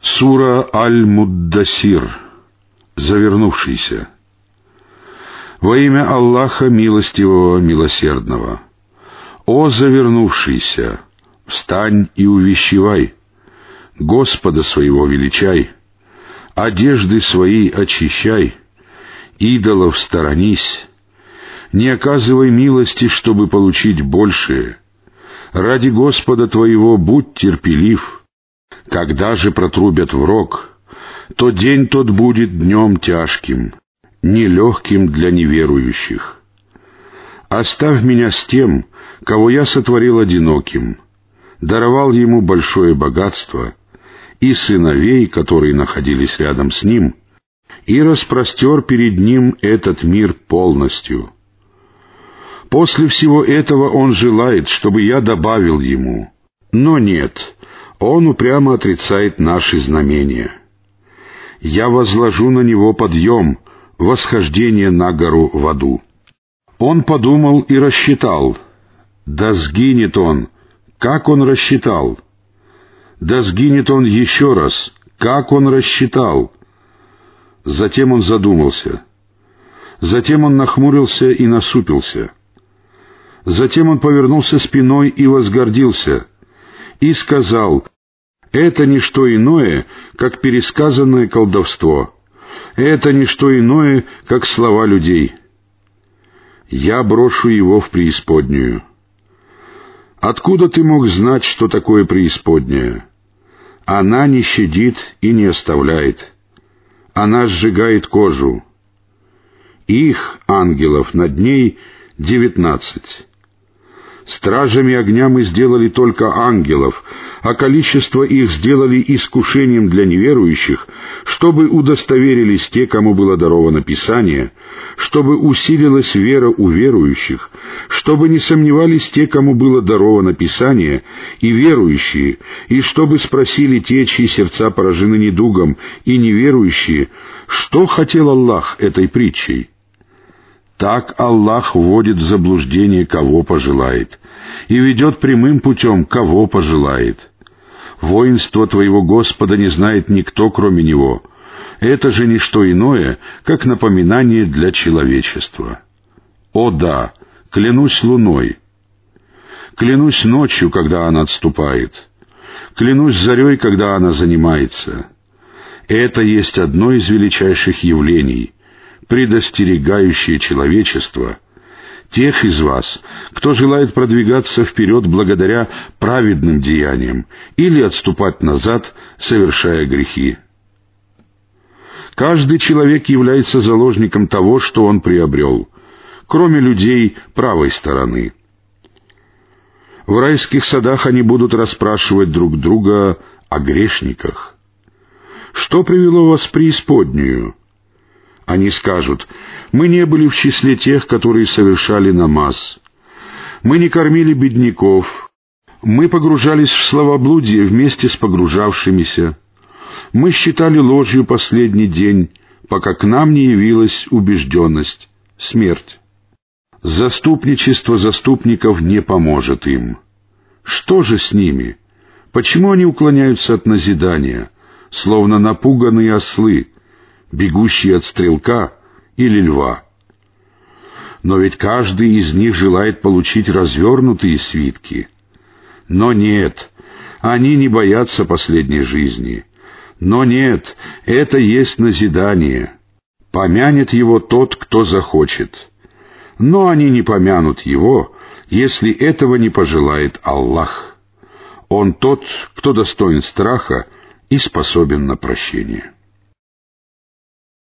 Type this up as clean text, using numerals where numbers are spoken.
Сура Аль-Муддасир, завернувшийся. Во имя Аллаха Милостивого, Милосердного. О завернувшийся, встань и увещевай, Господа своего величай, одежды свои очищай, идолов сторонись, не оказывай милости, чтобы получить большее. Ради Господа твоего будь терпелив. Когда же протрубят в рог, то день тот будет днем тяжким, нелегким для неверующих. Оставь меня с тем, кого я сотворил одиноким, даровал ему большое богатство, и сыновей, которые находились рядом с ним, и распростер перед ним этот мир полностью. После всего этого он желает, чтобы я добавил ему, но нет, он упрямо отрицает наши знамения. Я возложу на него подъем, восхождение на гору в аду. Он подумал и рассчитал. Да сгинет он! Как он рассчитал? Да сгинет он еще раз! Как он рассчитал? Затем он задумался. Затем он нахмурился и насупился. Затем он повернулся спиной и возгордился, и сказал: «Это не что иное, как пересказанное колдовство. Это не что иное, как слова людей. Я брошу его в преисподнюю». Откуда ты мог знать, что такое преисподняя? Она не щадит и не оставляет. Она сжигает кожу. Их, ангелов, над ней 19. Стражами огня мы сделали только ангелов, а количество их сделали искушением для неверующих, чтобы удостоверились те, кому было даровано Писание, чтобы усилилась вера у верующих, чтобы не сомневались те, кому было даровано Писание, и верующие, и чтобы спросили те, чьи сердца поражены недугом, и неверующие, что хотел Аллах этой притчей. Так Аллах вводит в заблуждение, кого пожелает, и ведет прямым путем, кого пожелает. Воинство твоего Господа не знает никто, кроме Него. Это же не что иное, как напоминание для человечества. О да, клянусь луной, клянусь ночью, когда она отступает, клянусь зарей, когда она занимается. Это есть одно из величайших явлений, предостерегающее человечество, тех из вас, кто желает продвигаться вперед благодаря праведным деяниям или отступать назад, совершая грехи. Каждый человек является заложником того, что он приобрел, кроме людей правой стороны. В райских садах они будут расспрашивать друг друга о грешниках. Что привело вас в преисподнюю? Они скажут: мы не были в числе тех, которые совершали намаз. Мы не кормили бедняков. Мы погружались в словоблудие вместе с погружавшимися. Мы считали ложью последний день, пока к нам не явилась убежденность, смерть. Заступничество заступников не поможет им. Что же с ними? Почему они уклоняются от назидания, словно напуганные ослы, бегущие от стрелка или льва? Но ведь каждый из них желает получить развернутые свитки. Но нет, они не боятся последней жизни. Но нет, это есть назидание. Помянет его тот, кто захочет. Но они не помянут его, если этого не пожелает Аллах. Он тот, кто достоин страха и способен на прощение.